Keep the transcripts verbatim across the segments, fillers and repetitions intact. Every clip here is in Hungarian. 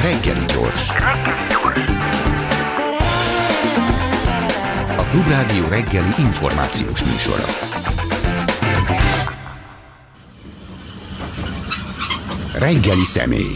Reggeli gyors. A Klubrádió reggeli információs műsora. Reggeli személy.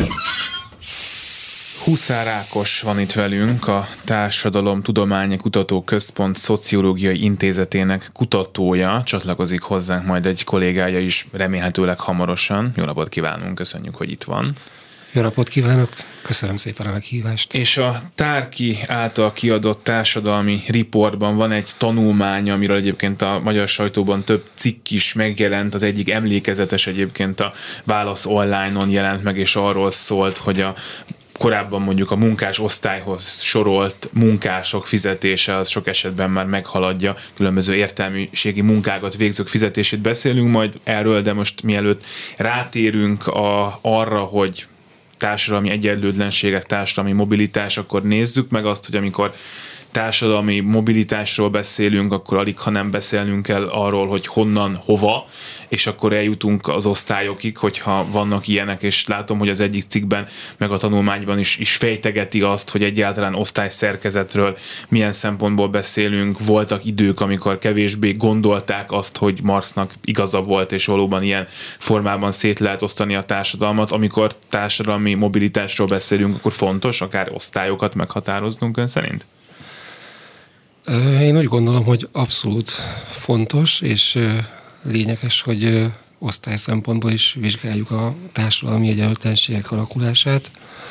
Huszár Ákos van itt velünk, a Társadalom Tudományi Kutató Központ Szociológiai Intézetének kutatója. Csatlakozik hozzánk majd egy kollégája is, remélhetőleg hamarosan. Jó napot kívánunk, köszönjük, hogy itt van. Jó napot kívánok, köszönöm szépen a meghívást. És a Tárki által kiadott társadalmi riportban van egy tanulmány, amiről egyébként a magyar sajtóban több cikk is megjelent. Az egyik emlékezetes egyébként a Válasz online-on jelent meg, és arról szólt, hogy a korábban mondjuk a munkás osztályhoz sorolt munkások fizetése az sok esetben már meghaladja különböző értelmiségi munkákat végzők fizetését. Beszélünk majd erről, de most mielőtt rátérünk a, arra, hogy társadalmi egyenlőtlenségek, társadalmi mobilitás, akkor nézzük meg azt, hogy amikor társadalmi mobilitásról beszélünk, akkor alig, ha nem beszélnünk kell arról, hogy honnan, hova, és akkor eljutunk az osztályokig, hogyha vannak ilyenek, és látom, hogy az egyik cikkben, meg a tanulmányban is, is fejtegeti azt, hogy egyáltalán osztályszerkezetről milyen szempontból beszélünk. Voltak idők, amikor kevésbé gondolták azt, hogy Marxnak igaza volt, és valóban ilyen formában szét lehet osztani a társadalmat. Amikor társadalmi mobilitásról beszélünk, akkor fontos akár osztályokat meghatároznunk ön szerint? Én úgy gondolom, hogy abszolút fontos és lényeges, hogy osztály szempontból is vizsgáljuk a társadalmi egyenlőtlenségek alakulását.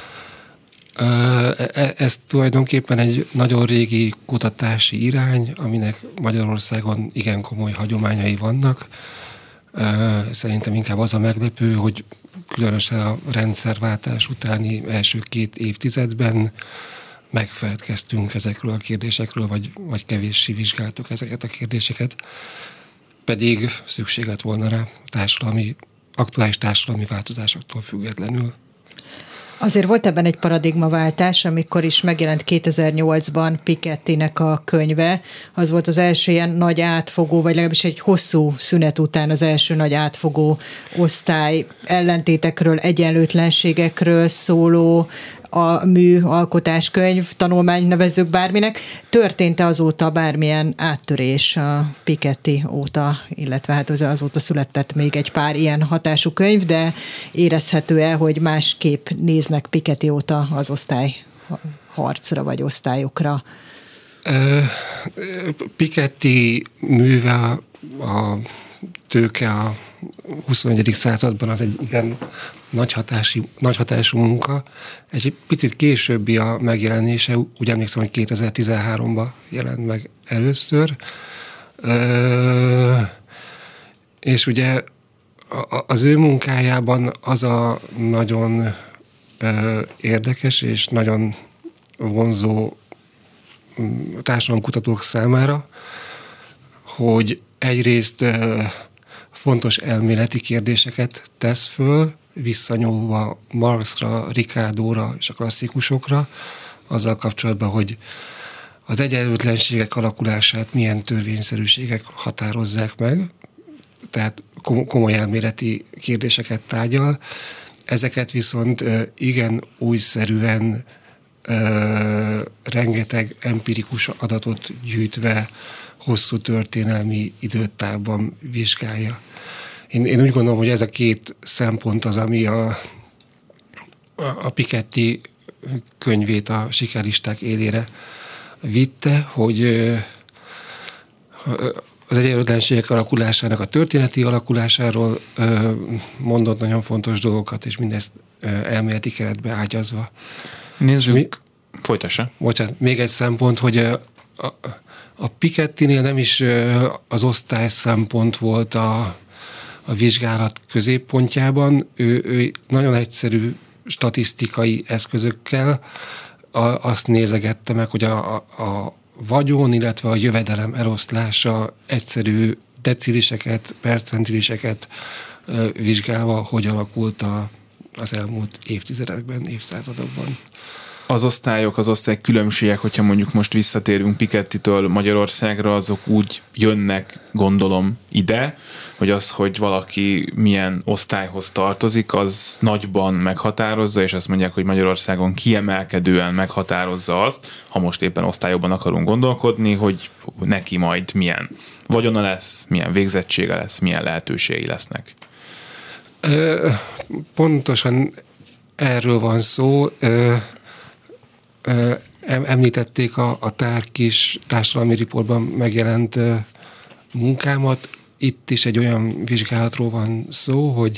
Ez tulajdonképpen egy nagyon régi kutatási irány, aminek Magyarországon igen komoly hagyományai vannak. Szerintem inkább az a meglepő, hogy különösen a rendszerváltás utáni első két évtizedben megfeledkeztünk ezekről a kérdésekről, vagy, vagy kevéssé vizsgáltuk ezeket a kérdéseket, pedig szükség lett volna rá társadalmi, aktuális társadalmi változásoktól függetlenül. Azért volt ebben egy paradigmaváltás, amikor is megjelent kétezer-nyolcban Pikettynek a könyve. Az volt az első ilyen nagy átfogó, vagy legalábbis egy hosszú szünet után az első nagy átfogó osztály ellentétekről, egyenlőtlenségekről szóló a mű, alkotáskönyv, tanulmány, nevezzük bárminek. Történt-e azóta bármilyen áttörés a Piketty óta, illetve hát azóta született még egy pár ilyen hatású könyv, de érezhető-e, hogy másképp néznek Piketty óta az osztály harcra vagy osztályokra? Piketty műve, a tőke a huszonegyedik században az egy igen nagy, hatási, nagy hatású munka. Egy picit későbbi a megjelenése, úgy emlékszem, hogy kétezer-tizenháromban jelent meg először. Ö, és ugye az ő munkájában az a nagyon ö, érdekes és nagyon vonzó társadalomkutatók számára, hogy egyrészt ö, fontos elméleti kérdéseket tesz föl, visszanyúlva Marxra, Ricardora és a klasszikusokra, azzal kapcsolatban, hogy az egyenlőtlenségek alakulását milyen törvényszerűségek határozzák meg, tehát komoly elméleti kérdéseket tárgyal. Ezeket viszont igen újszerűen, rengeteg empirikus adatot gyűjtve, hosszú történelmi időtávban vizsgálja. Én, én úgy gondolom, hogy ez a két szempont az, ami a, a, a Piketty könyvét a sikerlisták élére vitte, hogy az egyenlőtlenségek alakulásának, a történeti alakulásáról mondott nagyon fontos dolgokat, és mindezt elméleti keretbe ágyazva. Nézzük, mi, folytassa. Bocsánat, még egy szempont, hogy a, a, a Pikettynél nem is az osztály szempont volt a a vizsgálat középpontjában. Ő, ő nagyon egyszerű statisztikai eszközökkel a, azt nézegette meg, hogy a, a, a vagyon, illetve a jövedelem eloszlása egyszerű deciliseket, percentiliseket ö, vizsgálva, hogy alakult a, az elmúlt évtizedekben, évszázadokban. az osztályok, az osztály különbségek, hogyha mondjuk most visszatérünk Pikettitől Magyarországra, azok úgy jönnek, gondolom, ide, hogy az, hogy valaki milyen osztályhoz tartozik, az nagyban meghatározza, és azt mondják, hogy Magyarországon kiemelkedően meghatározza azt, ha most éppen osztályokban akarunk gondolkodni, hogy neki majd milyen vagyona lesz, milyen végzettsége lesz, milyen lehetőségei lesznek. Ö, pontosan erről van szó. Ö, ö, említették a, a Tárkis társadalmi riportban megjelent ö, munkámat. Itt is egy olyan vizsgálatról van szó, hogy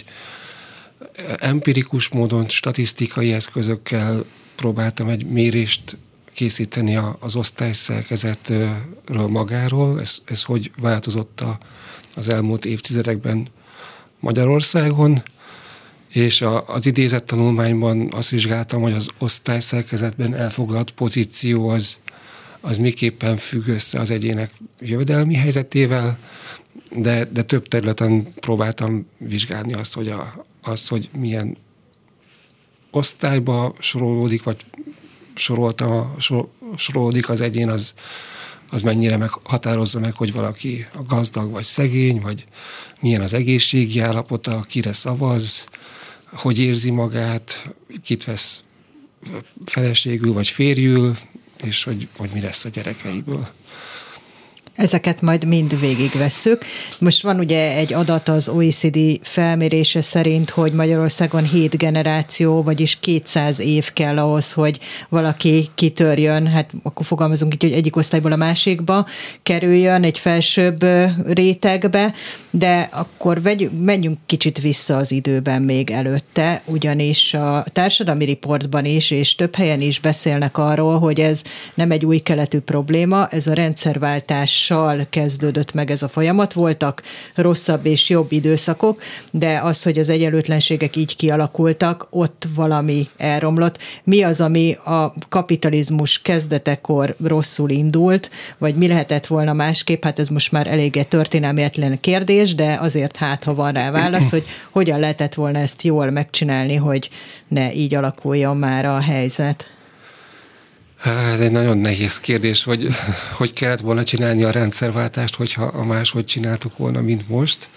empirikus módon statisztikai eszközökkel próbáltam egy mérést készíteni az osztályszerkezetről magáról. Ez, ez hogy változott a, az elmúlt évtizedekben Magyarországon, és a, az idézett tanulmányban azt vizsgáltam, hogy az osztályszerkezetben elfoglalt pozíció az, az miképpen függ össze az egyének jövedelmi helyzetével, de, de több területen próbáltam vizsgálni azt, hogy, a, azt, hogy milyen osztályba sorolódik, vagy sorolta, sor, sorolódik az egyén, az, az mennyire meghatározza meg, hogy valaki a gazdag vagy szegény, vagy milyen az egészségi állapota, kire szavaz, hogy érzi magát, kit vesz feleségül vagy férjül, és hogy, hogy mi lesz a gyerekeiből. Ezeket majd mind végigvesszük. Most van ugye egy adat az o e cé dé felmérése szerint, hogy Magyarországon hét generáció, vagyis kétszáz év kell ahhoz, hogy valaki kitörjön, hát akkor fogalmazunk így, hogy egyik osztályból a másikba kerüljön, egy felsőbb rétegbe, de akkor vegyünk, menjünk kicsit vissza az időben még előtte, ugyanis a társadalmi riportban is, és több helyen is beszélnek arról, hogy ez nem egy új keletű probléma, ez a rendszerváltás kezdődött meg ez a folyamat. Voltak rosszabb és jobb időszakok, de az, hogy az egyenlőtlenségek így kialakultak, ott valami elromlott. Mi az, ami a kapitalizmus kezdetekor rosszul indult, vagy mi lehetett volna másképp? Hát ez most már eléggé történelmetlen kérdés, de azért hát, ha van rá válasz, hogy hogyan lehetett volna ezt jól megcsinálni, hogy ne így alakuljon már a helyzet. Ez egy nagyon nehéz kérdés, hogy hogy kellett volna csinálni a rendszerváltást, hogyha a máshogy csináltuk volna, mint most.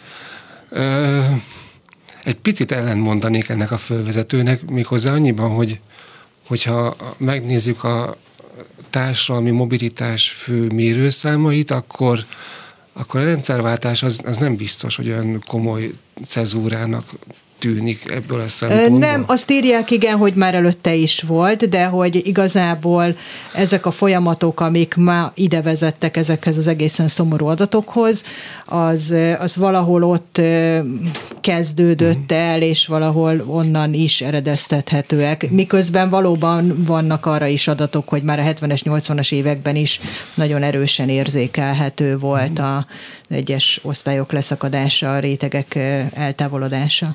Egy picit ellentmondanék ennek a fölvezetőnek, méghozzá annyiban, hogy hogyha megnézzük a társadalmi mobilitás fő mérőszámait, akkor, akkor a rendszerváltás az, az nem biztos, hogy olyan komoly cezúrának tűnik ebből a szempontból. Nem, azt írják, igen, hogy már előtte is volt, de hogy igazából ezek a folyamatok, amik már ide vezettek ezekhez az egészen szomorú adatokhoz, az, az valahol ott kezdődött el, és valahol onnan is eredeztethetőek. Miközben valóban vannak arra is adatok, hogy már a hetvenes, nyolcvanas években is nagyon erősen érzékelhető volt az egyes osztályok leszakadása, a rétegek eltávolodása.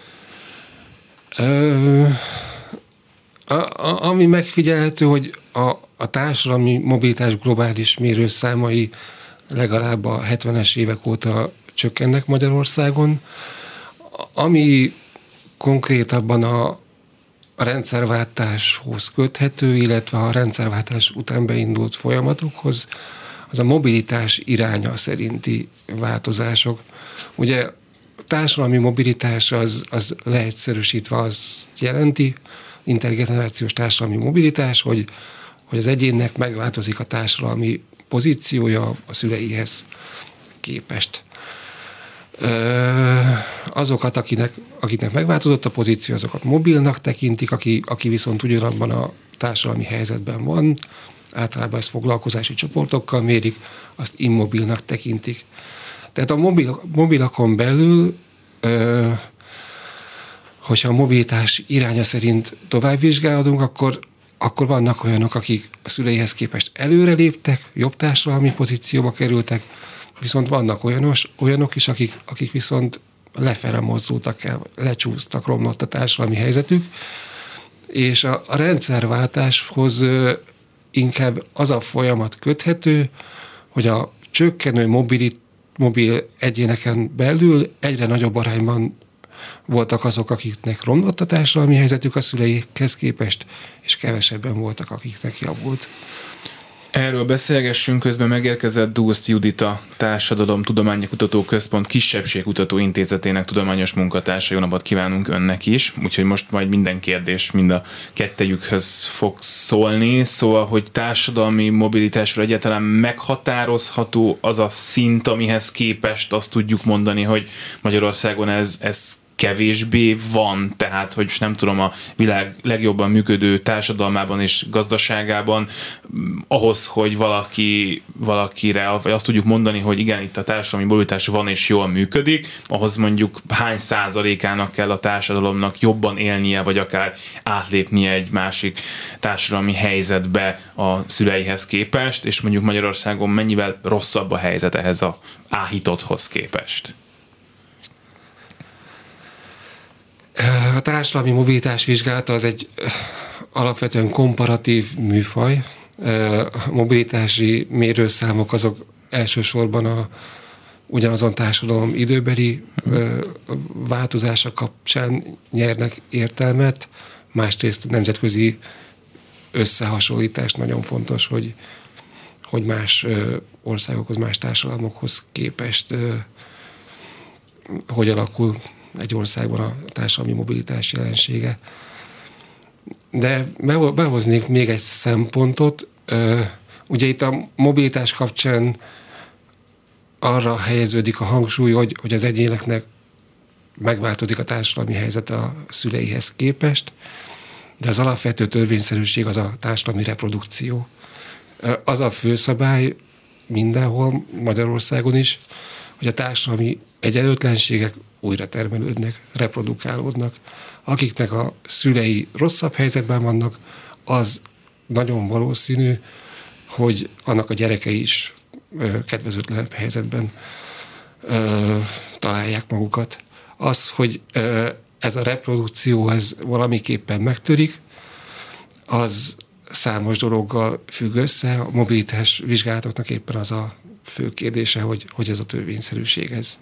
Ö, a, a, ami megfigyelhető, hogy a, a társadalmi mobilitás globális mérőszámai legalább a hetvenes évek óta csökkennek Magyarországon. Ami konkrétabban a, a rendszerváltáshoz köthető, illetve a rendszerváltás után beindult folyamatokhoz, az a mobilitás iránya szerinti változások. Ugye társadalmi mobilitás az, az leegyszerűsítve azt jelenti, intergenerációs társadalmi mobilitás, hogy, hogy az egyénnek megváltozik a társadalmi pozíciója a szüleihez képest. Ö, azokat, akinek, akiknek megváltozott a pozíció, azokat mobilnak tekintik, aki, aki viszont ugyanabban a társadalmi helyzetben van, általában ezt foglalkozási csoportokkal mérik, azt immobilnak tekintik. Tehát a mobil, mobilakon belül, ö, hogyha a mobilitás iránya szerint tovább vizsgálódunk, akkor, akkor vannak olyanok, akik a szüleihez képest előre léptek, jobb társadalmi pozícióba kerültek, viszont vannak olyanos, olyanok is, akik, akik viszont lefele mozdultak el, lecsúsztak, romlott a társadalmi helyzetük, és a, a rendszerváltáshoz ö, inkább az a folyamat köthető, hogy a csökkenő mobilit mobil egyéneken belül egyre nagyobb arányban voltak azok, akiknek romlott a társadalmi helyzetük a szüleikhez képest, és kevesebben voltak, akiknek javult. Erről beszélgessünk, közben megérkezett Dúszt Judit, a Társadalom Tudományi Kutatóközpont Kisebbségkutató Intézetének tudományos munkatársa. Jó napot kívánunk önnek is, úgyhogy most majd minden kérdés mind a kettejükhöz fog szólni. Szóval, hogy társadalmi mobilitásról egyáltalán meghatározható az a szint, amihez képest azt tudjuk mondani, hogy Magyarországon ez, ez kevésbé van, tehát, hogy nem tudom, a világ legjobban működő társadalmában és gazdaságában ahhoz, hogy valaki, valakire, vagy azt tudjuk mondani, hogy igen, itt a társadalmi mobilitás van és jól működik, ahhoz mondjuk hány százalékának kell a társadalomnak jobban élnie, vagy akár átlépnie egy másik társadalmi helyzetbe a szüleihez képest, és mondjuk Magyarországon mennyivel rosszabb a helyzet ehhez a áhítotthoz képest? A társadalmi mobilitás vizsgálata az egy alapvetően komparatív műfaj. A mobilitási mérőszámok azok elsősorban a, ugyanazon társadalom időbeli változása kapcsán nyernek értelmet, másrészt nemzetközi összehasonlítás nagyon fontos, hogy, hogy más országokhoz, más társadalmakhoz képest hogy alakul egy országban a társadalmi mobilitás jelensége. De behoznék még egy szempontot. Ugye itt a mobilitás kapcsán arra helyeződik a hangsúly, hogy, hogy az egyéneknek megváltozik a társadalmi helyzet a szüleihez képest, de az alapvető törvényszerűség az a társadalmi reprodukció. Az a főszabály mindenhol, Magyarországon is, hogy a társadalmi egyenlőtlenségek újra termelődnek, reprodukálódnak. Akiknek a szülei rosszabb helyzetben vannak, az nagyon valószínű, hogy annak a gyerekei is ö, kedvezőtlenebb helyzetben ö, találják magukat. Az, hogy ö, ez a reprodukció ez valamiképpen megtörik, az számos dologgal függ össze. A mobilitás vizsgálatoknak éppen az a fő kérdése, hogy, hogy ez a törvényszerűség, ez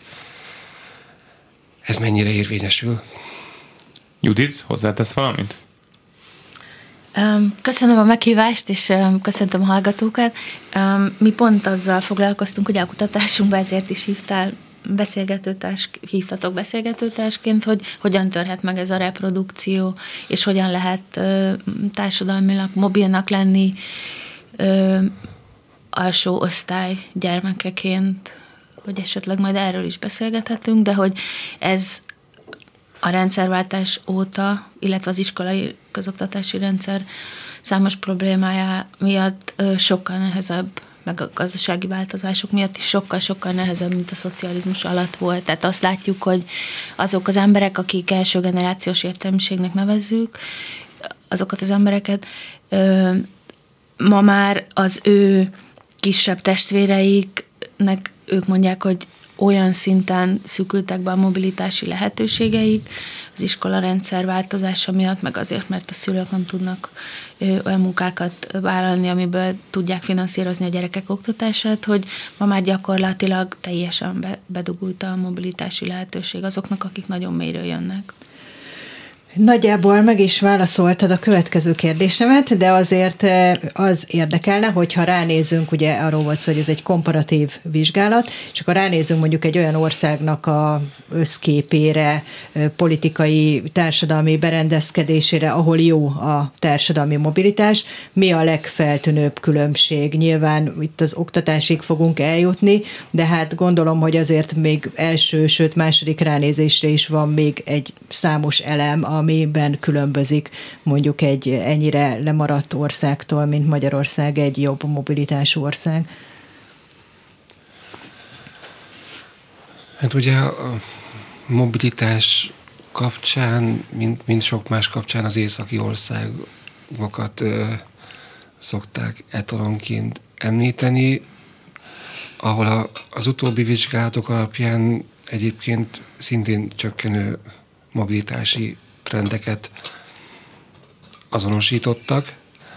Ez mennyire érvényesül? Judit, hozzátesz valamit? Köszönöm a meghívást, és köszöntöm a hallgatókat. Mi pont azzal foglalkoztunk, hogy a kutatásunkban ezért is hívtál beszélgetőtárs, hívtatok beszélgetőtársként, hogy hogyan törhet meg ez a reprodukció, és hogyan lehet társadalmilag mobilnak lenni alsó osztály gyermekeként, hogy esetleg majd erről is beszélgethetünk, de hogy ez a rendszerváltás óta, illetve az iskolai közoktatási rendszer számos problémája miatt sokkal nehezebb, meg a gazdasági változások miatt is sokkal-sokkal nehezebb, mint a szocializmus alatt volt. Tehát azt látjuk, hogy azok az emberek, akik első generációs értelmiségnek nevezzük, azokat az embereket ma már az ő kisebb testvéreiknek ők mondják, hogy olyan szinten szűkültek be a mobilitási lehetőségeik az iskola rendszer változása miatt, meg azért, mert a szülők nem tudnak olyan munkákat vállalni, amiből tudják finanszírozni a gyerekek oktatását, hogy ma már gyakorlatilag teljesen bedugult a mobilitási lehetőség azoknak, akik nagyon mélyről jönnek. Nagyjából meg is válaszoltad a következő kérdésemet, de azért az érdekelne, hogyha ránézünk, ugye arról volt szó, hogy ez egy komparatív vizsgálat, és akkor ránézünk mondjuk egy olyan országnak a összképére, politikai, társadalmi berendezkedésére, ahol jó a társadalmi mobilitás, mi a legfeltűnőbb különbség? Nyilván itt az oktatásig fogunk eljutni, de hát gondolom, hogy azért még első, sőt második ránézésre is van még egy számos elem, amiben különbözik mondjuk egy ennyire lemaradt országtól, mint Magyarország, egy jobb mobilitású ország. Hát ugye a mobilitás kapcsán, mint, mint sok más kapcsán az északi országokat ö, szokták etalonként említeni, ahol a, az utóbbi vizsgálatok alapján egyébként szintén csökkenő mobilitási trendeket azonosítottak.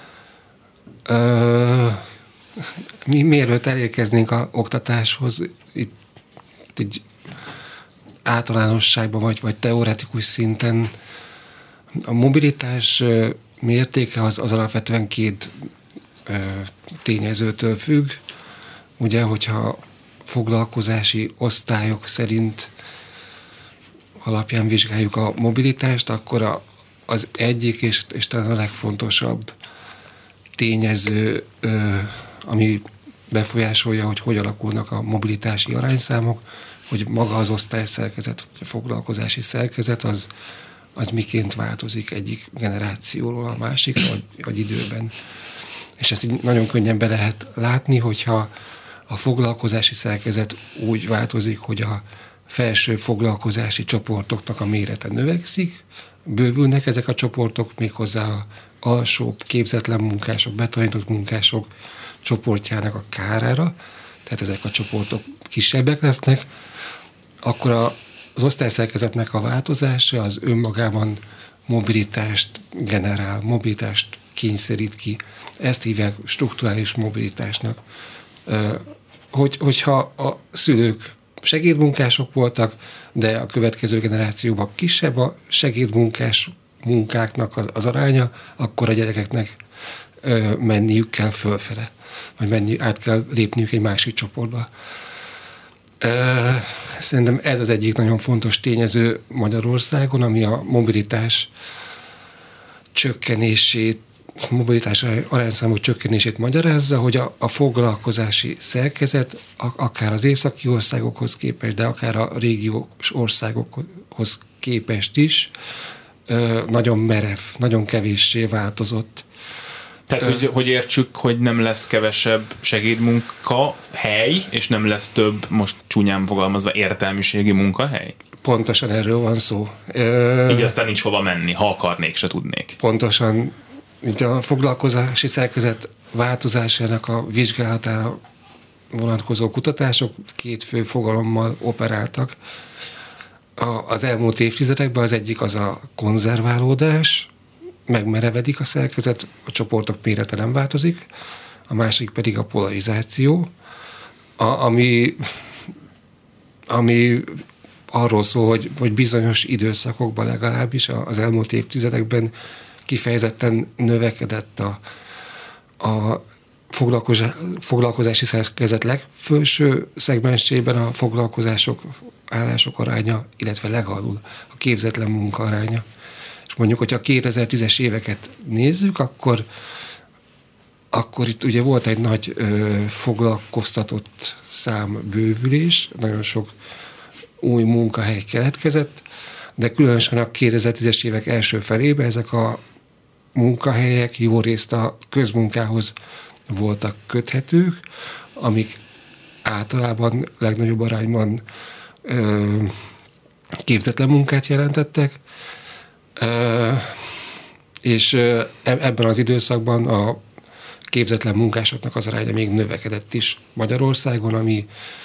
Ö, mi mielőtt elérkeznénk az oktatáshoz, itt egy általánosságban, vagy, vagy teoretikus szinten a mobilitás mértéke az, az alapvetően két ö, tényezőtől függ. Ugye, hogyha foglalkozási osztályok szerint alapján vizsgáljuk a mobilitást, akkor a, az egyik és, és talán a legfontosabb tényező, ö, ami befolyásolja, hogy hogy alakulnak a mobilitási arányszámok, hogy maga az osztályszerkezet, a foglalkozási szerkezet, az, az miként változik egyik generációról a másikra, vagy, vagy időben. És ezt így nagyon könnyen be lehet látni, hogyha a foglalkozási szerkezet úgy változik, hogy a felső foglalkozási csoportoknak a mérete növekszik, bővülnek ezek a csoportok, méghozzá a alsóbb képzetlen munkások, betanított munkások csoportjának a kárára, tehát ezek a csoportok kisebbek lesznek, akkor a, az osztályszerkezetnek a változása az önmagában mobilitást generál, mobilitást kényszerít ki. Ezt hívják strukturális mobilitásnak. Hogy, hogyha a szülők segédmunkások voltak, de a következő generációban kisebb a segédmunkás munkáknak az, az aránya, akkor a gyerekeknek ö, menniük kell fölfele, vagy menni, át kell lépniük egy másik csoportba. Ö, szerintem ez az egyik nagyon fontos tényező Magyarországon, ami a mobilitás csökkenését, mobilitás arányszámok csökkenését magyarázza, hogy a, a foglalkozási szerkezet a, akár az északi országokhoz képest, de akár a régiós országokhoz képest is ö, nagyon merev, nagyon kevéssé változott. Tehát, hogy, hogy értsük, hogy nem lesz kevesebb segédmunka hely, és nem lesz több, most csúnyán fogalmazva, értelmiségi munkahely? Pontosan erről van szó. Ö, Így aztán nincs hova menni, ha akarnék, se tudnék. Pontosan. Itt a foglalkozási szerkezet változásának a vizsgálatára vonatkozó kutatások két fő fogalommal operáltak. A, az elmúlt évtizedekben az egyik az a konzerválódás, megmerevedik a szerkezet, a csoportok mérete nem változik, a másik pedig a polarizáció, a, ami, ami arról szól, hogy, hogy bizonyos időszakokban legalábbis az elmúlt évtizedekben kifejezetten növekedett a, a foglalkozási szerkezet legfelső szegmensében a foglalkozások, állások aránya, illetve legalul a képzetlen munka aránya. És mondjuk, hogyha a kétezer-tízes éveket nézzük, akkor, akkor itt ugye volt egy nagy ö, foglalkoztatott számbővülés, nagyon sok új munkahely keletkezett, de különösen a kétezer-tízes évek első felében ezek a munkahelyek jó részt a közmunkához voltak köthetők, amik általában legnagyobb arányban ö, képzetlen munkát jelentettek, ö, és ö, ebben az időszakban a képzetlen munkásoknak az aránya még növekedett is Magyarországon, ami,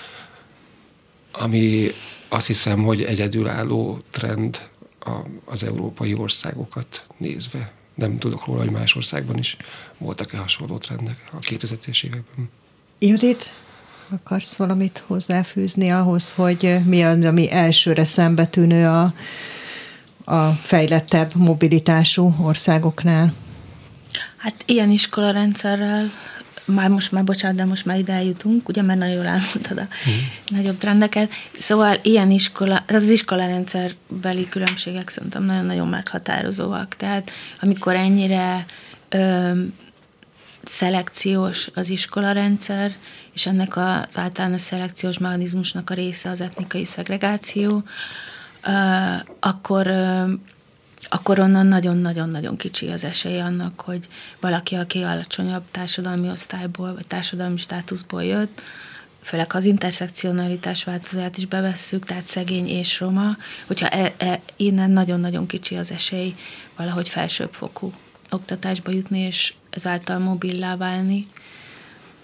ami azt hiszem, hogy egyedülálló trend az európai országokat nézve. Nem tudok róla, hogy más országban is voltak-e hasonló trendek a kétezres években. Judit, akarsz valamit hozzáfűzni ahhoz, hogy mi az, ami elsőre szembetűnő a, a fejlettebb mobilitású országoknál? Hát ilyen iskolarendszerrel, már most már, bocsánat, de most már ide eljutunk, ugye, mert nagyon jól elmondtad a mm. nagyobb trendeket. Szóval ilyen iskola, az iskolarendszerbeli különbségek szerintem nagyon-nagyon meghatározóak. Tehát amikor ennyire ö, szelekciós az iskolarendszer, és ennek az általános szelekciós mechanizmusnak a része az etnikai szegregáció, ö, akkor ö, akkor onnan nagyon-nagyon-nagyon kicsi az esély annak, hogy valaki, aki alacsonyabb társadalmi osztályból, vagy társadalmi státuszból jött, főleg ha az interszekcionalitás változóját is bevesszük, tehát szegény és roma, hogyha e, e, innen nagyon-nagyon kicsi az esély valahogy felsőbbfokú oktatásba jutni, és ezáltal mobillá válni.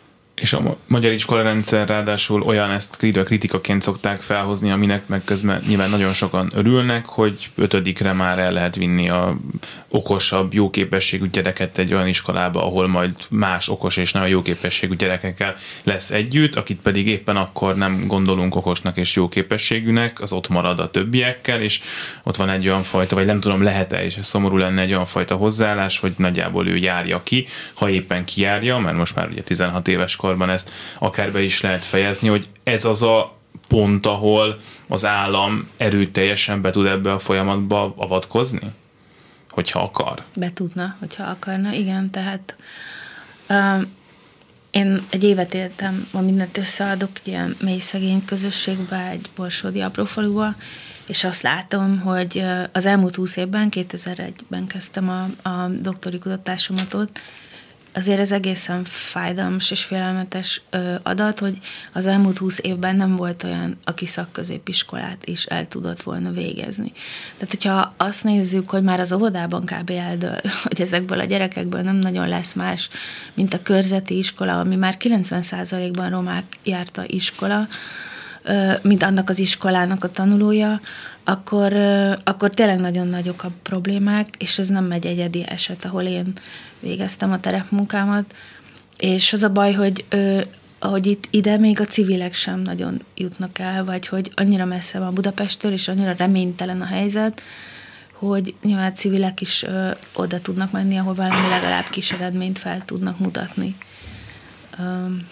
És a magyar iskolarendszer ráadásul olyan, ezt kritikaként szokták felhozni, aminek meg közben nyilván nagyon sokan örülnek, hogy ötödikre már el lehet vinni a okosabb, jó képességű gyereket egy olyan iskolába, ahol majd más okos és nagyon jó képességű gyerekekkel lesz együtt, akit pedig éppen akkor nem gondolunk okosnak és jó képességűnek, az ott marad a többiekkel, és ott van egy olyan fajta, vagy nem tudom, lehet-e, és ez szomorú lenne, egy olyan fajta hozzáállás, hogy nagyjából ő járja ki, ha éppen kijárja, mert most már ugye tizenhat éves korban ezt akár be is lehet fejezni, hogy ez az a pont, ahol az állam erőteljesen be tud ebbe a folyamatba avatkozni? Hogyha akar? Be tudna, hogyha akarna, igen, tehát uh, én egy évet éltem, ma mindent összeadok, ilyen mély szegény közösségbe, egy borsódi aprófaluba, és azt látom, hogy az elmúlt húsz évben, kétezer-egyben kezdtem a, a doktori kutatásomat ott, azért ez egészen fájdalmas és félelmetes adat, hogy az elmúlt húsz évben nem volt olyan, aki szakközépiskolát is el tudott volna végezni. Tehát, hogyha azt nézzük, hogy már az óvodában kb. Eldől, hogy ezekből a gyerekekből nem nagyon lesz más, mint a körzeti iskola, ami már kilencven százalékban romák járta iskola, mint annak az iskolának a tanulója, akkor, akkor tényleg nagyon nagyok a problémák, és ez nem egy egyedi eset, ahol én végeztem a terepmunkámat, és az a baj, hogy, hogy itt ide még a civilek sem nagyon jutnak el, vagy hogy annyira messze van Budapesttől, és annyira reménytelen a helyzet, hogy nyilván a civilek is ö, oda tudnak menni, ahol valami legalább kis eredményt fel tudnak mutatni. Um,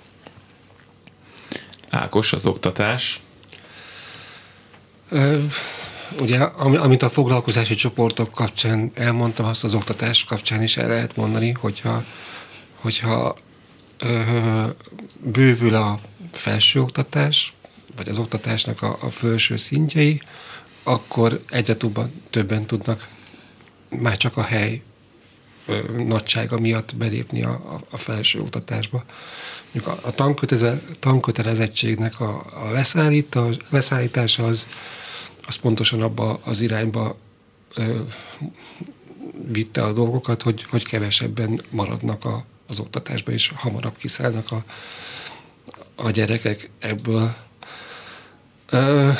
Ákos, az oktatás. Ö, ugye, amit a foglalkozási csoportok kapcsán elmondtam, azt az oktatás kapcsán is el lehet mondani, hogyha, hogyha ö, bővül a felsőoktatás, vagy az oktatásnak a, a felső szintjei, akkor egyre többen, többen tudnak már csak a hely ö, nagysága miatt belépni a, a felső oktatásba. A, a tankötele, tankötelezettségnek a, a leszállítás, leszállítása az, az pontosan abba az irányba ö, vitte a dolgokat, hogy, hogy kevesebben maradnak a, az oktatásba, és hamarabb kiszállnak a, a gyerekek ebből. Ö,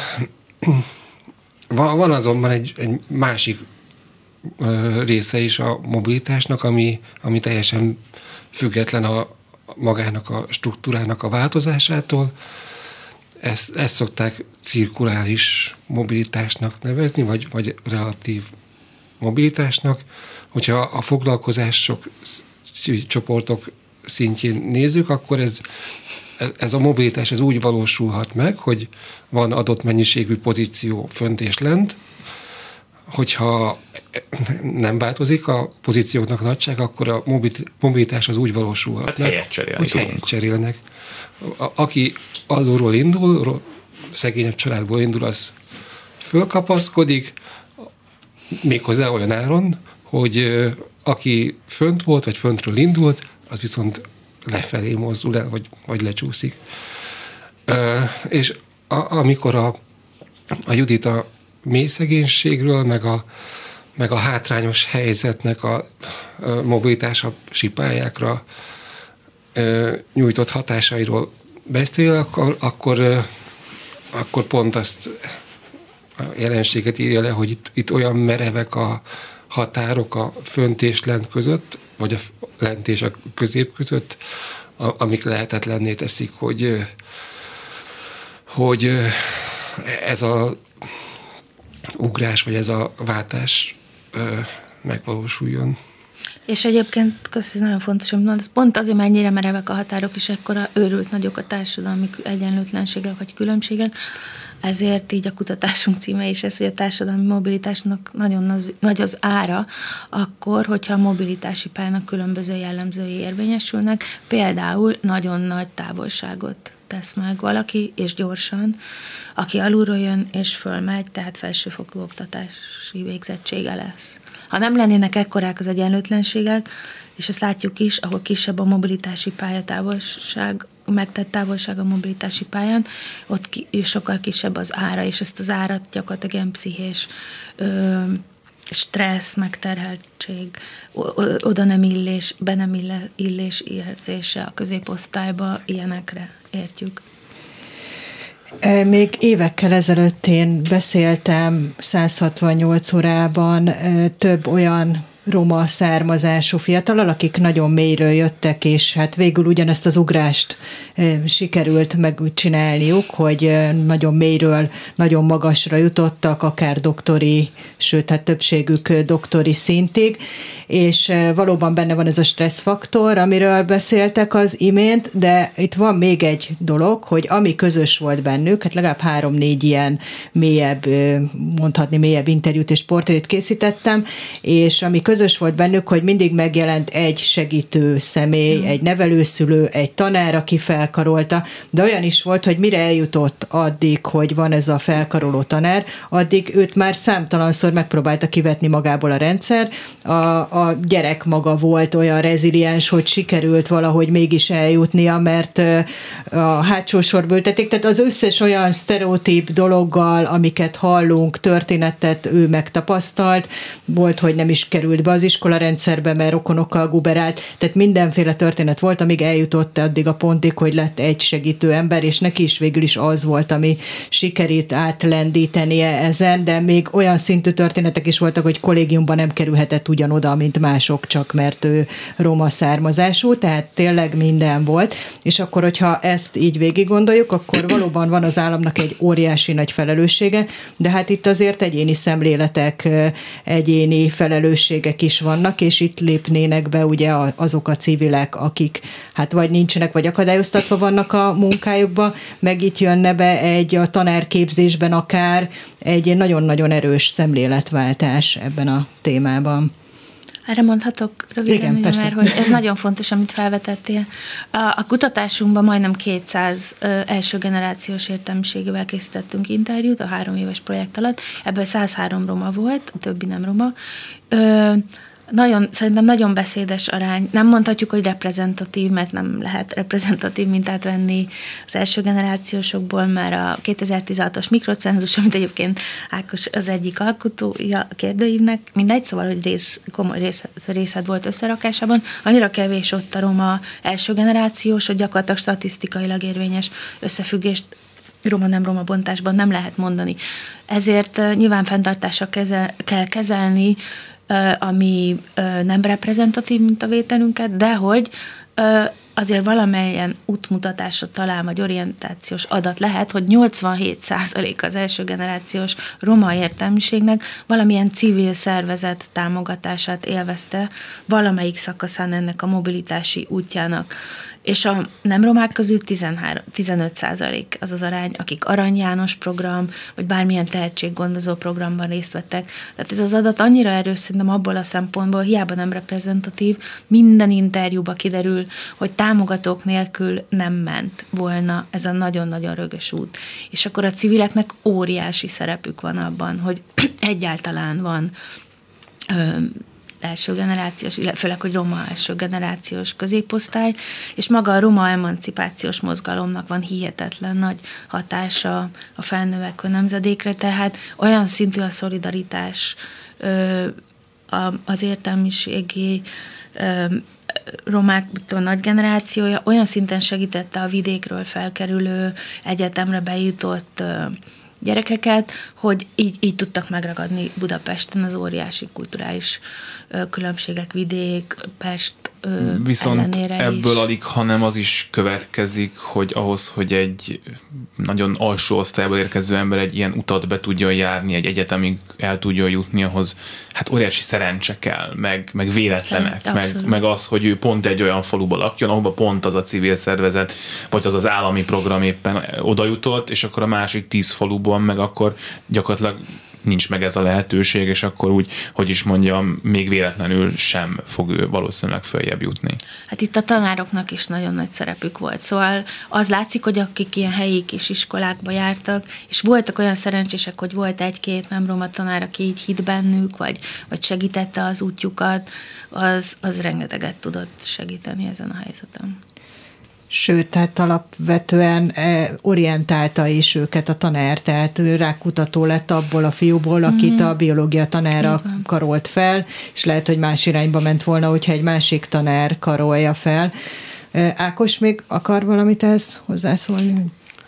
van azonban egy, egy másik ö, része is a mobilitásnak, ami, ami teljesen független a magának a struktúrának a változásától. Ezt, ezt szokták cirkuláris mobilitásnak nevezni, vagy, vagy relatív mobilitásnak. Hogyha a foglalkozások csoportok szintjén nézzük, akkor ez, ez a mobilitás ez úgy valósulhat meg, hogy van adott mennyiségű pozíció fönt és lent, hogyha nem változik a pozícióknak nagyság, akkor a mobilitás az úgy valósulhat hát meg, helyet cserélni hogy helyet cserélnek. A, aki alulról indul, szegényebb családból indul, az fölkapaszkodik, méghozzá olyan áron, hogy aki fönt volt, vagy föntről indult, az viszont lefelé mozdul el, vagy, vagy lecsúszik. Ö, és a, amikor a, a Judit a mély szegénységről, meg a, meg a hátrányos helyzetnek a, a mobilitása sípályákra ö, nyújtott hatásairól beszél, akkor, akkor, ö, akkor pont azt a jelenséget írja le, hogy itt, itt olyan merevek a határok a fönt és lent között, vagy a lent és a közép között, a, amik lehetetlenné teszik, hogy, hogy ez a ugrás, vagy ez a váltás ö, megvalósuljon. És egyébként, köszönöm, nagyon fontos, hogy mondasz, pont azért mennyire merevek a határok, és ekkora őrült nagyok a társadalmi egyenlőtlenségek, vagy különbségek, ezért így a kutatásunk címe is ez, hogy a társadalmi mobilitásnak nagyon az, nagy az ára, akkor, hogyha a mobilitási pályának különböző jellemzői érvényesülnek, például nagyon nagy távolságot tesz meg valaki, és gyorsan, aki alulról jön, és fölmegy, tehát felsőfokú oktatási végzettsége lesz. Ha nem lennének ekkorák az egyenlőtlenségek, és ezt látjuk is, ahol kisebb a mobilitási pályatávolság, megtett távolság a mobilitási pályán, ott ki, sokkal kisebb az ára, és ezt az árat gyakorlatilag ilyen pszichés ö, stressz, megterheltség, oda nem illés, be nem illés érzése a középosztályba, ilyenekre értjük. Még évekkel ezelőtt én beszéltem száz hatvannyolc órában több olyan roma származású fiatallal, akik nagyon mélyről jöttek, és hát végül ugyanezt az ugrást e, sikerült megcsinálniuk, hogy e, nagyon mélyről, nagyon magasra jutottak, akár doktori, sőt, hát többségük doktori szintig, és e, valóban benne van ez a stresszfaktor, amiről beszéltek az imént, de itt van még egy dolog, hogy ami közös volt bennük, hát legalább három-négy ilyen mélyebb, mondhatni mélyebb interjút és portrét készítettem, és ami közös közös volt bennük, hogy mindig megjelent egy segítő személy, egy nevelőszülő, egy tanár, aki felkarolta, de olyan is volt, hogy mire eljutott addig, hogy van ez a felkaroló tanár, addig őt már számtalanszor megpróbálta kivetni magából a rendszer. A, a gyerek maga volt olyan reziliens, hogy sikerült valahogy mégis eljutnia, mert a hátsó sorba ültették, tehát az összes olyan sztereotíp dologgal, amiket hallunk, történetet ő megtapasztalt, volt, hogy nem is került be az iskola rendszerbe, mert rokonokkal guberált, tehát mindenféle történet volt, amíg eljutott addig a pontig, hogy lett egy segítő ember, és neki is végül is az volt, ami sikerült átlendítenie ezen, de még olyan szintű történetek is voltak, hogy kollégiumban nem kerülhetett ugyanoda, mint mások, csak mert ő roma származású, tehát tényleg minden volt, és akkor, hogyha ezt így végig gondoljuk, akkor valóban van az államnak egy óriási nagy felelőssége, de hát itt azért egyéni szemléletek, egyéni felelősségek is vannak, és itt lépnének be ugye azok a civilek, akik hát vagy nincsenek, vagy akadályoztatva vannak a munkájukba, meg itt jönne be egy a tanárképzésben akár egy nagyon-nagyon erős szemléletváltás ebben a témában. Erre mondhatok röviden, Igen, ugye, persze. mert hogy ez nagyon fontos, amit felvetettél. A, a kutatásunkban majdnem kétszáz ö, első generációs értelmiségével készítettünk interjút a három éves projekt alatt, ebből száz három roma volt, a többi nem roma. Ö, Nagyon, szerintem nagyon beszédes arány. Nem mondhatjuk, hogy reprezentatív, mert nem lehet reprezentatív mintát venni az első generációsokból, mert a kétezer-tizenhatos mikrocenzus, amit egyébként Ákos az egyik alkotója a kérdőívnek, mindegy, szóval, hogy rész, komoly rész, részed volt összerakásában, annyira kevés ott a roma első generációs, hogy gyakorlatilag statisztikailag érvényes összefüggést roma-nem-roma bontásban nem lehet mondani. Ezért nyilván fenntartással kezel, kell kezelni, ami nem reprezentatív mintavételünket, de hogy azért valamelyen útmutatásra talán, vagy orientációs adat lehet, hogy nyolcvanhét százalék az első generációs roma értelmiségnek valamilyen civil szervezet támogatását élvezte valamelyik szakaszán ennek a mobilitási útjának. És a nem romák közül tizenhárom, tizenöt százalék az az arány, akik Arany János program, vagy bármilyen tehetséggondozó programban részt vettek. Tehát ez az adat annyira erős, szerintem abból a szempontból, hiába nem reprezentatív, minden interjúba kiderül, hogy támogatók nélkül nem ment volna ez a nagyon-nagyon rögös út. És akkor a civileknek óriási szerepük van abban, hogy egyáltalán van ö, első generációs, főleg, hogy roma első generációs középosztály, és maga a roma emancipációs mozgalomnak van hihetetlen nagy hatása a felnövekvő nemzedékre, tehát olyan szintű a szolidaritás ö, a, az értelmiségi ö, romák nagy generációja, olyan szinten segítette a vidékről felkerülő egyetemre bejutott ö, gyerekeket, hogy így, így tudtak megragadni Budapesten az óriási kulturális ö, különbségek, vidék, Pest ö, Viszont ebből is. alig, hanem az is következik, hogy ahhoz, hogy egy nagyon alsó osztályból érkező ember egy ilyen utat be tudjon járni, egy egyetemig el tudjon jutni, ahhoz hát óriási szerencse kell, meg, meg véletlenek, meg, meg az, hogy ő pont egy olyan faluban lakjon, ahova pont az a civil szervezet, vagy az az állami program éppen oda jutott, és akkor a másik tíz faluban meg akkor gyakorlatilag nincs meg ez a lehetőség, és akkor úgy, hogy is mondjam, még véletlenül sem fog ő valószínűleg följebb jutni. Hát itt a tanároknak is nagyon nagy szerepük volt. Szóval az látszik, hogy akik ilyen helyi kis iskolákba jártak, és voltak olyan szerencsések, hogy volt egy-két nem roma tanár, aki így hitt bennük, vagy, vagy segítette az útjukat, az, az rengeteget tudott segíteni ezen a helyzeten. Sőt, tehát alapvetően orientálta is őket a tanár, tehát ő rákutató lett abból a fiúból, akit a biológia tanára karolt fel, és lehet, hogy más irányba ment volna, hogyha egy másik tanár karolja fel. Ákos még akar valamit ehhez hozzászólni?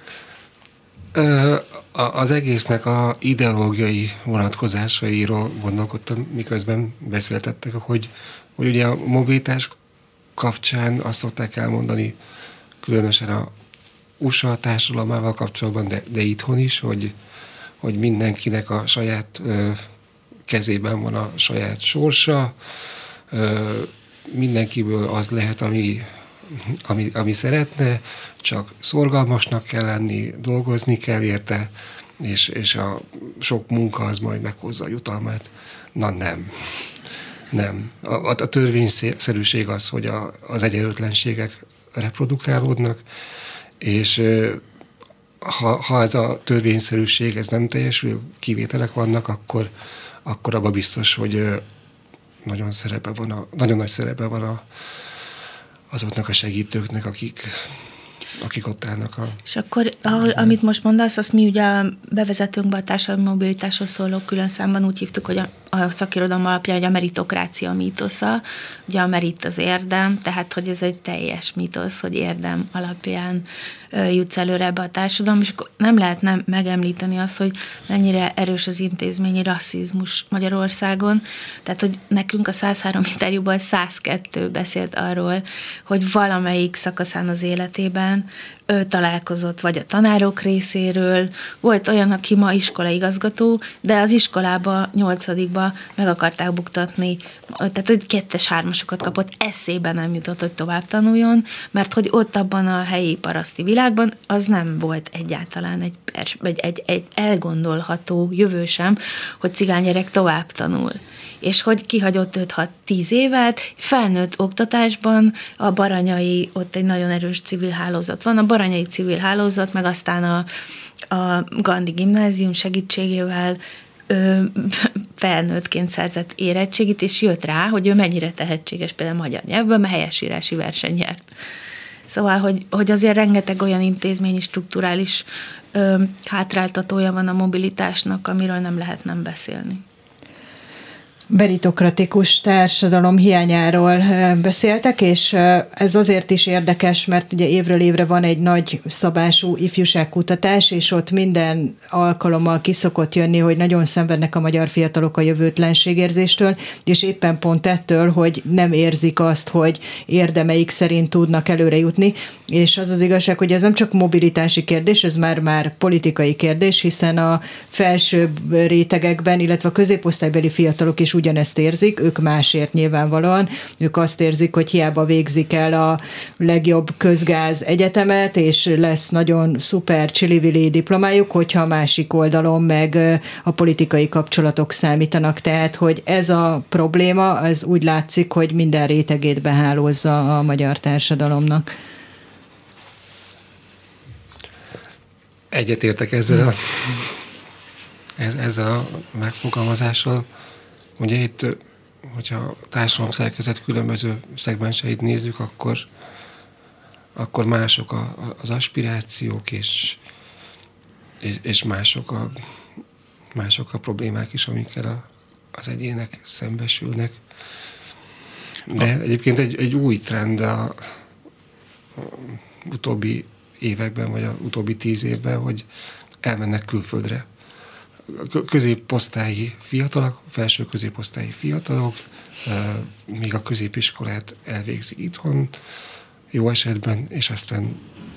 Az egésznek a ideológiai vonatkozásairól gondolkodtam, miközben beszéltettek, hogy, hogy ugye a mobilitás kapcsán azt szokták elmondani, különösen a u es á társadalmával kapcsolatban, de, de itthon is, hogy, hogy mindenkinek a saját ö, kezében van a saját sorsa, ö, mindenkiből az lehet, ami, ami, ami szeretne, csak szorgalmasnak kell lenni, dolgozni kell érte, és, és a sok munka az majd meghozza a jutalmát. Na nem. Nem. A, a törvényszerűség az, hogy a, az egyenlőtlenségek reprodukálódnak, és ha, ha ez a törvényszerűség ez nem teljesül, kivételek vannak, akkor, akkor abban biztos, hogy nagyon, szerepe van a, nagyon nagy szerepe van a, azoknak a segítőknek, akik, akik ott állnak. A... És akkor, ahol, amit most mondasz, azt mi ugye a bevezetőnkben a társadalmi mobilitásról szóló külön számban úgy hívtuk, hogy a, a szakirodalom alapján, hogy a meritokrácia mítosza. Ugye a merit az érdem, tehát hogy ez egy teljes mítosz, hogy érdem alapján uh, jutsz előre ebbe a társadalom, és akkor nem lehet nem megemlíteni azt, hogy mennyire erős az intézményi rasszizmus Magyarországon. Tehát, hogy nekünk a száz három interjúban száz kettő beszélt arról, hogy valamelyik szakaszán az életében ő találkozott vagy a tanárok részéről, volt olyan, aki ma iskolaigazgató, de az iskolába, nyolcadikba meg akarták buktatni, tehát hogy kettes, hármasokat kapott, eszébe nem jutott, hogy tovább tanuljon, mert hogy ott abban a helyi paraszti világban az nem volt egyáltalán egy, egy, egy, egy elgondolható jövő sem, hogy cigánygyerek tovább tanul. És hogy kihagyott öt-hat-tíz évet, felnőtt oktatásban, a Baranyai, ott egy nagyon erős civil hálózat van, a Baranyai civil hálózat, meg aztán a, a Gandhi gimnázium segítségével ö, felnőttként szerzett érettségit, és jött rá, hogy ő mennyire tehetséges például magyar nyelvben, mert helyesírási verseny nyert. Szóval, hogy, hogy azért rengeteg olyan intézményi, strukturális ö, hátráltatója van a mobilitásnak, amiről nem lehet nem beszélni. Meritokratikus társadalom hiányáról beszéltek, és ez azért is érdekes, mert ugye évről évre van egy nagy szabású ifjúságkutatás, és ott minden alkalommal kiszokott jönni, hogy nagyon szenvednek a magyar fiatalok a jövőtlenségérzéstől, és éppen pont ettől, hogy nem érzik azt, hogy érdemeik szerint tudnak előre jutni, és az az igazság, hogy ez nem csak mobilitási kérdés, ez már, már politikai kérdés, hiszen a felsőbb rétegekben, illetve a középosztálybeli fiatalok is ugyanezt érzik, ők másért nyilvánvalóan, ők azt érzik, hogy hiába végzik el a legjobb közgáz egyetemet, és lesz nagyon szuper csili-vili diplomájuk, hogyha a másik oldalon meg a politikai kapcsolatok számítanak. Tehát, hogy ez a probléma, az úgy látszik, hogy minden rétegét behálózza a magyar társadalomnak. Egyetértek ezzel a, ez, ezzel a megfogalmazással. Ugye itt, hogyha a társadalom szerkezet különböző szegmenseit nézzük, akkor, akkor mások a, az aspirációk, és, és mások, a, mások a problémák is, amikkel a, az egyének szembesülnek. De egyébként egy, egy új trend a, a utóbbi években, vagy a utóbbi tíz évben, hogy elmennek külföldre. Középosztályi fiatalok, felső középosztályi fiatalok, még a középiskolát elvégzik itthon, jó esetben, és aztán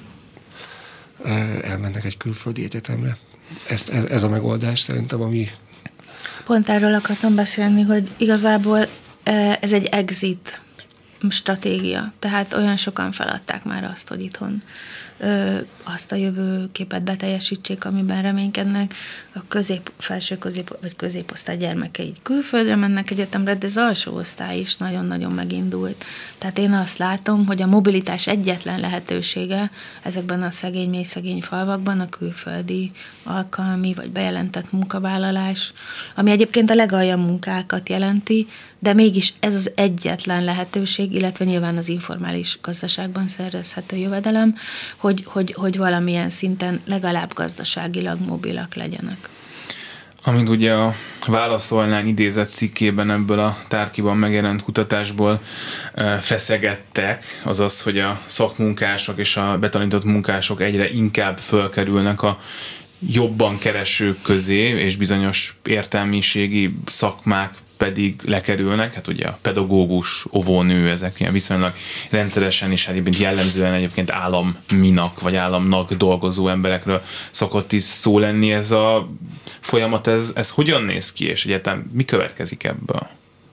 elmennek egy külföldi egyetemre. Ez, ez a megoldás szerintem, ami... Pont erről akartam beszélni, hogy igazából ez egy exit stratégia. Tehát olyan sokan feladták már azt, hogy itthon ö, azt a jövőképet beteljesítsék, amiben reménykednek. A közép, felső közép, vagy középosztály gyermekei külföldre mennek egyetemre, de az alsó osztály is nagyon-nagyon megindult. Tehát én azt látom, hogy a mobilitás egyetlen lehetősége ezekben a szegény, mély szegény falvakban a külföldi alkalmi vagy bejelentett munkavállalás, ami egyébként a legaljabb munkákat jelenti, de mégis ez az egyetlen lehetőség, illetve nyilván az informális gazdaságban szerezhető jövedelem, hogy, hogy, hogy valamilyen szinten legalább gazdaságilag mobilak legyenek. Amint ugye a Válaszolnán idézett cikkében ebből a Tárkiban megjelent kutatásból feszegettek, azaz, hogy a szakmunkások és a betanított munkások egyre inkább fölkerülnek a jobban keresők közé, és bizonyos értelmiségi szakmák pedig lekerülnek, hát ugye a pedagógus, óvónő, ezek ilyen viszonylag rendszeresen és egyébként jellemzően egyébként államinak vagy államnak dolgozó emberekről szokott is szó lenni. Ez a folyamat, ez, ez hogyan néz ki, és egyáltalán mi következik ebből?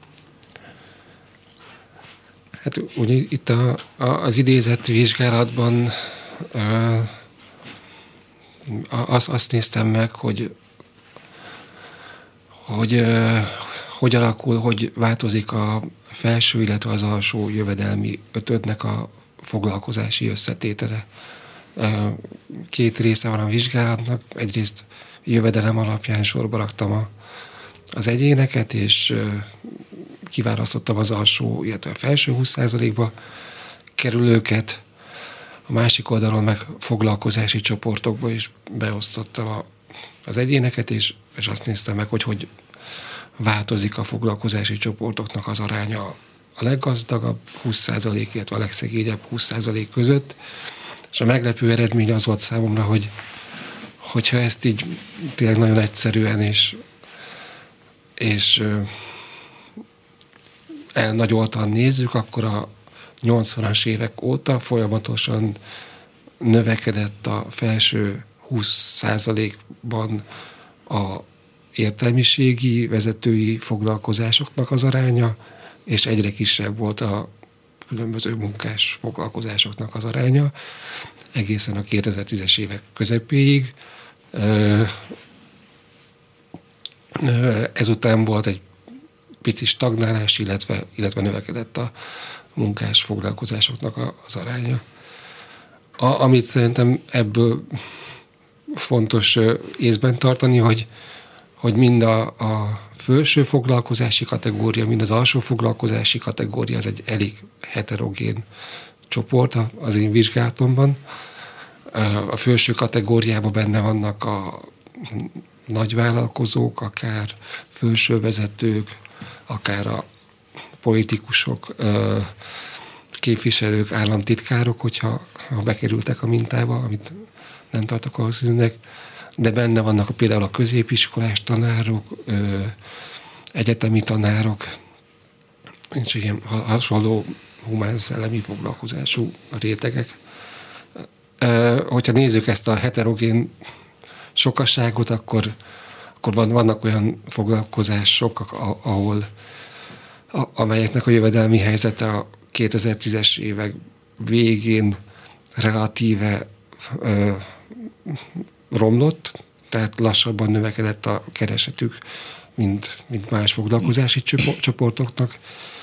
Hát ugye itt a, a, az idézett vizsgálatban uh, azt, azt néztem meg, hogy hogy uh, hogy alakul, hogy változik a felső, illetve az alsó jövedelmi ötödnek a foglalkozási összetétele. Két része van a vizsgálatnak, egyrészt jövedelem alapján sorba raktam a, az egyéneket, és kiválasztottam az alsó, illetve a felső húsz százalékba kerülőket, a másik oldalon meg foglalkozási csoportokba is beosztottam a, az egyéneket, és, és azt néztem meg, hogy hogy változik a foglalkozási csoportoknak az aránya a leggazdagabb húsz százalék, illetve a legszegényebb húsz százalék között. És a meglepő eredmény az volt számomra, hogy hogyha ezt így tényleg nagyon egyszerűen és, és elnagyoltan nézzük, akkor a nyolcvanas évek óta folyamatosan növekedett a felső húsz százalékban a értelmiségi, vezetői foglalkozásoknak az aránya, és egyre kisebb volt a különböző munkás foglalkozásoknak az aránya, egészen a kétezer-tízes évek közepéig. Ezután volt egy pici stagnálás, illetve, illetve növekedett a munkás foglalkozásoknak az aránya. A, amit szerintem ebből fontos észben tartani, hogy hogy mind a, a felső foglalkozási kategória, mind az alsó foglalkozási kategória az egy elég heterogén csoport az én vizsgálatomban. A felső kategóriában benne vannak a nagyvállalkozók, akár felső vezetők, akár a politikusok, képviselők, államtitkárok, hogyha ha bekerültek a mintába, amit nem tartok valószínűnek, de benne vannak például a középiskolás tanárok, ö, egyetemi tanárok, és ilyen hasonló humán szellemi foglalkozású rétegek. Ö, hogyha nézzük ezt a heterogén sokaságot, akkor, akkor van, vannak olyan foglalkozások, ahol a, amelyeknek a jövedelmi helyzete a kétezer-tízes évek végén relatíve ö, romlott, tehát lassabban növekedett a keresetük, mint, mint más foglalkozási csoportoknak.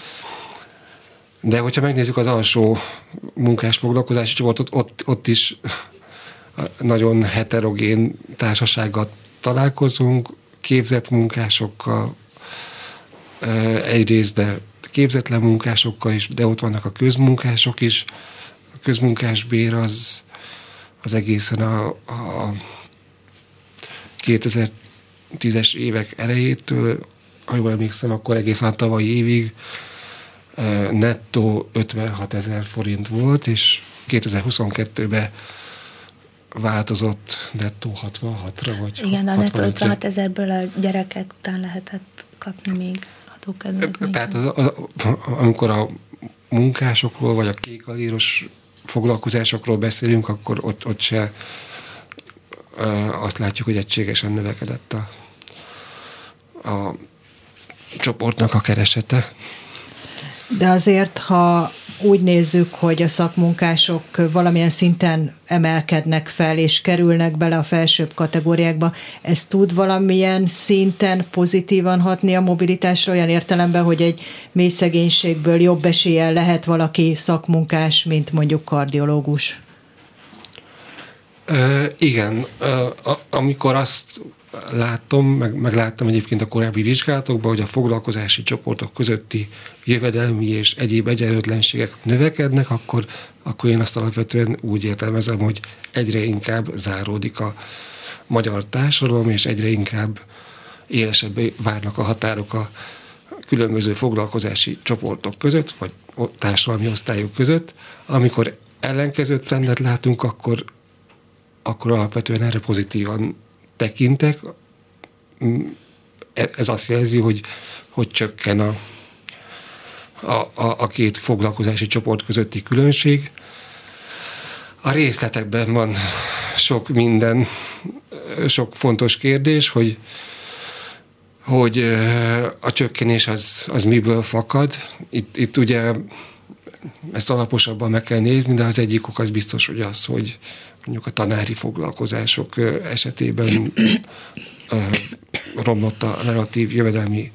De hogyha megnézzük az alsó munkás foglalkozási csoportot, ott, ott is nagyon heterogén társasággal találkozunk, képzett munkásokkal egyrészt, de képzetlen munkásokkal is, de ott vannak a közmunkások is. A közmunkásbér az, az egészen a, a kétezer-tízes évek elejétől, ha jól emlékszem, akkor egészen a tavalyi évig nettó ötvenhat ezer forint volt, és kétezer-huszonkettőben változott nettó hatvanhatra, vagy igen, a nettó ötvenhat ezerből a gyerekek után lehetett kapni még adókedvezményt. Tehát az, az, amikor a munkásokról, vagy a kékalíros foglalkozásokról beszélünk, akkor ott, ott se azt látjuk, hogy egységesen növekedett a, a csoportnak a keresete. De azért, ha úgy nézzük, hogy a szakmunkások valamilyen szinten emelkednek fel, és kerülnek bele a felsőbb kategóriákba, ez tud valamilyen szinten pozitívan hatni a mobilitásra, olyan értelemben, hogy egy mély szegénységből jobb eséllyel lehet valaki szakmunkás, mint mondjuk kardiológus? Uh, igen. Uh, amikor azt lát, látom, meg, meg láttam egyébként a korábbi vizsgálatokban, hogy a foglalkozási csoportok közötti jövedelmi és egyéb egyenlőtlenségek növekednek, akkor, akkor én azt alapvetően úgy értelmezem, hogy egyre inkább záródik a magyar társadalom, és egyre inkább élesebbé várnak a határok a különböző foglalkozási csoportok között, vagy társadalmi osztályok között. Amikor ellenkező trendet látunk, akkor, akkor alapvetően erre pozitívan tekintek. Ez azt jelzi, hogy, hogy csökken a, a, a, a két foglalkozási csoport közötti különbség. A részletekben van sok minden, sok fontos kérdés, hogy, hogy a csökkenés az, az miből fakad. Itt, itt ugye ezt alaposabban meg kell nézni, de az egyik ok az biztos, hogy az, hogy mondjuk a tanári foglalkozások esetében romlott a relatív jövedelmi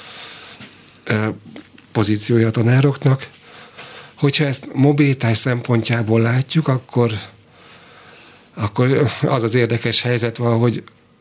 pozíciója a tanároknak. Hogyha ezt mobilitás szempontjából látjuk, akkor, akkor az az érdekes helyzet van, hogy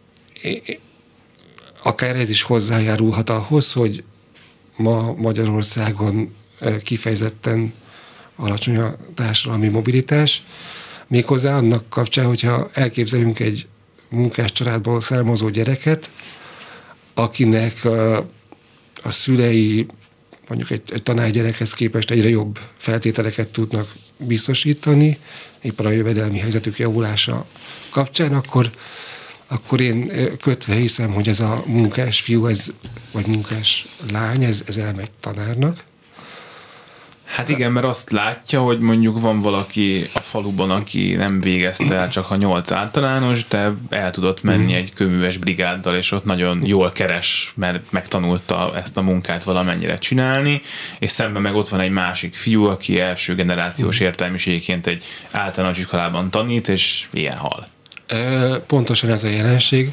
akár ez is hozzájárulhat ahhoz, hogy ma Magyarországon kifejezetten alacsony a társadalmi mobilitás, méghozzá annak kapcsán, hogyha elképzelünk egy munkás családból származó gyereket, akinek a, a szülei mondjuk egy, egy tanárgyerekhez képest egyre jobb feltételeket tudnak biztosítani, éppen a jövedelmi helyzetük javulása kapcsán, akkor, akkor én kötve hiszem, hogy ez a munkás fiú, ez, vagy munkás lány, ez, ez elmegy tanárnak. Hát igen, mert azt látja, hogy mondjuk van valaki a faluban, aki nem végezte el csak a nyolc általános, de el tudott menni egy kőműves brigáddal, és ott nagyon jól keres, mert megtanulta ezt a munkát valamennyire csinálni, és szemben meg ott van egy másik fiú, aki első generációs értelmiségként egy általános iskolában tanít, és ilyen hal. Pontosan ez a jelenség.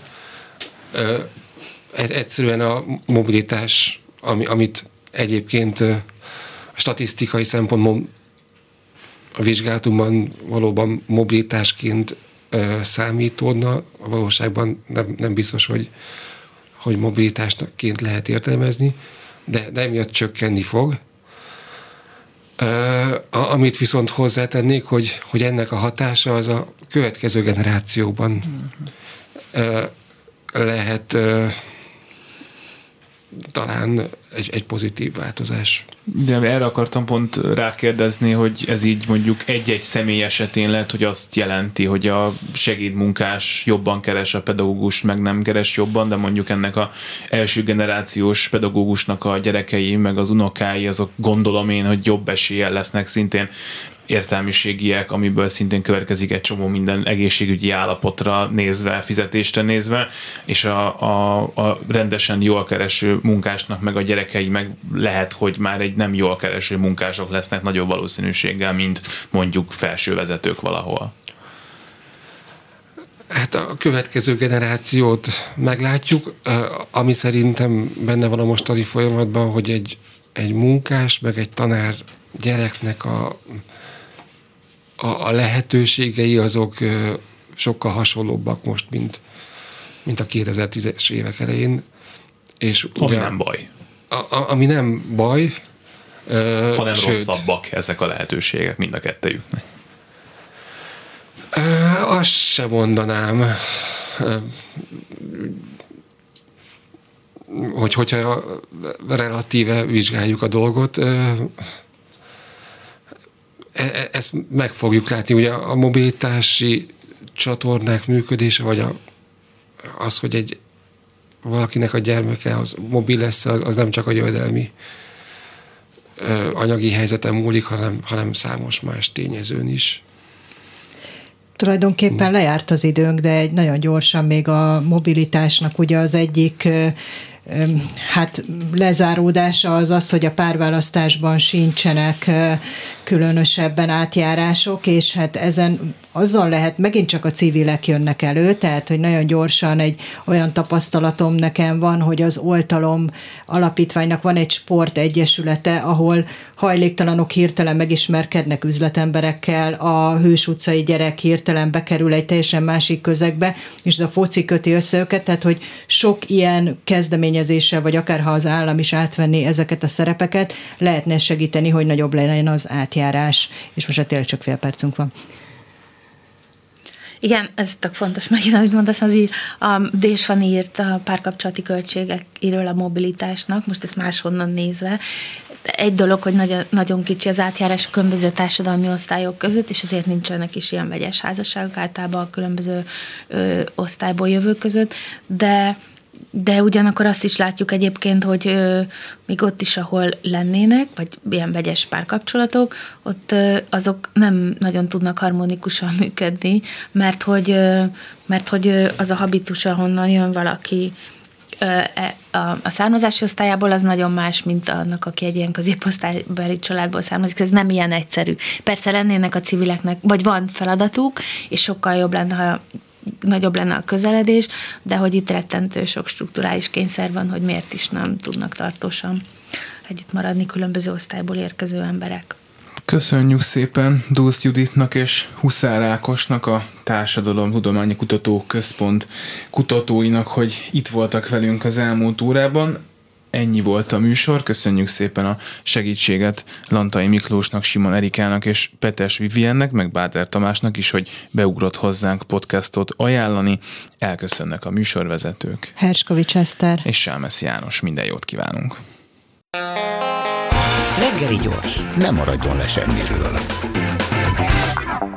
Egyszerűen a mobilitás, amit egyébként statisztikai szempontból a vizsgálatunkban valóban mobilitásként ö, számítódna, a valóságban nem, nem biztos, hogy, hogy mobilitásként lehet értelmezni, de, de emiatt csökkenni fog. Ö, amit viszont hozzátennék, hogy, hogy ennek a hatása az a következő generációban ö, lehet ö, talán egy, egy pozitív változás. De erre akartam pont rákérdezni, hogy ez így mondjuk egy-egy személy esetén lehet, hogy azt jelenti, hogy a segédmunkás jobban keres, a pedagógus meg nem keres jobban, de mondjuk ennek a első generációs pedagógusnak a gyerekei, meg az unokái, azok gondolom én, hogy jobb eséllyel lesznek szintén értelmiségiek, amiből szintén következik egy csomó minden egészségügyi állapotra nézve, fizetésre nézve, és a, a, a rendesen jól kereső munkásnak meg a gyerekei meg lehet, hogy már egy nem jól kereső munkások lesznek nagyobb valószínűséggel, mint mondjuk felsővezetők valahol. Hát a következő generációt meglátjuk, ami szerintem benne van a mostani folyamatban, hogy egy, egy munkás, meg egy tanár gyereknek a a lehetőségei azok sokkal hasonlóbbak most, mint, mint a kétezer-tízes évek elején. És ami ugye, nem baj. A, a, ami nem baj. Hanem sőt, rosszabbak ezek a lehetőségek mind a kettejüknek. Azt se mondanám, hogy hogyha relatíve vizsgáljuk a dolgot, ezt meg fogjuk látni. Ugye a mobilitási csatornák működése, vagy a, az, hogy egy valakinek a gyermeke az mobil lesz, az, az nem csak a jövedelmi anyagi helyzeten múlik, hanem, hanem számos más tényezőn is. Tulajdonképpen lejárt az időnk, de egy nagyon gyorsan még a mobilitásnak ugye az egyik hát lezáródása az az, hogy a párválasztásban sincsenek különösebben átjárások, és hát ezen azzal lehet, megint csak a civilek jönnek elő, tehát, hogy nagyon gyorsan egy olyan tapasztalatom nekem van, hogy az Oltalom Alapítványnak van egy sportegyesülete, ahol hajléktalanok hirtelen megismerkednek üzletemberekkel, a Hős utcai gyerek hirtelen bekerül egy teljesen másik közegbe, és ez a foci köti össze őket, tehát, hogy sok ilyen kezdeményezéssel, vagy akár ha az állam is átvenni ezeket a szerepeket, lehetne segíteni, hogy nagyobb legyen az átjárás, és most hát tényleg csak fél percünk van. Igen, ez tök fontos megint, amit mondasz, az így, a Dés Fanni írt a párkapcsolati költségekről a mobilitásnak, most ezt máshonnan nézve. Egy dolog, hogy nagyon, nagyon kicsi az átjárás a különböző társadalmi osztályok között, és azért nincsenek is ilyen vegyes házasságok általában a különböző ö, osztályból jövők között, de De ugyanakkor azt is látjuk egyébként, hogy ö, még ott is, ahol lennének, vagy ilyen vegyes párkapcsolatok, ott ö, azok nem nagyon tudnak harmonikusan működni, mert hogy, ö, mert hogy ö, az a habitus, ahonnan jön valaki ö, a, a származási osztályából, az nagyon más, mint annak, aki egy ilyen középosztálybeli családból származik. Ez nem ilyen egyszerű. Persze lennének a civileknek, vagy van feladatuk, és sokkal jobb lenne, ha nagyobb lenne a közeledés, de hogy itt rettentő sok strukturális kényszer van, hogy miért is nem tudnak tartósan együtt maradni különböző osztályból érkező emberek. Köszönjük szépen Dulsz Juditnak és Huszár Ákosnak, a Társadalomtudományi Kutató Központ kutatóinak, hogy itt voltak velünk az elmúlt órában. Ennyi volt a műsor, köszönjük szépen a segítséget Lantai Miklósnak, Simon Erikának és Petes Viviennek, meg Báder Tamásnak is, hogy beugrott hozzánk podcastot ajánlani. Elköszönnek a műsorvezetők. Herskovics Eszter és Sámesz János. Minden jót kívánunk. Reggeli gyors, nem maradjon le semmiről.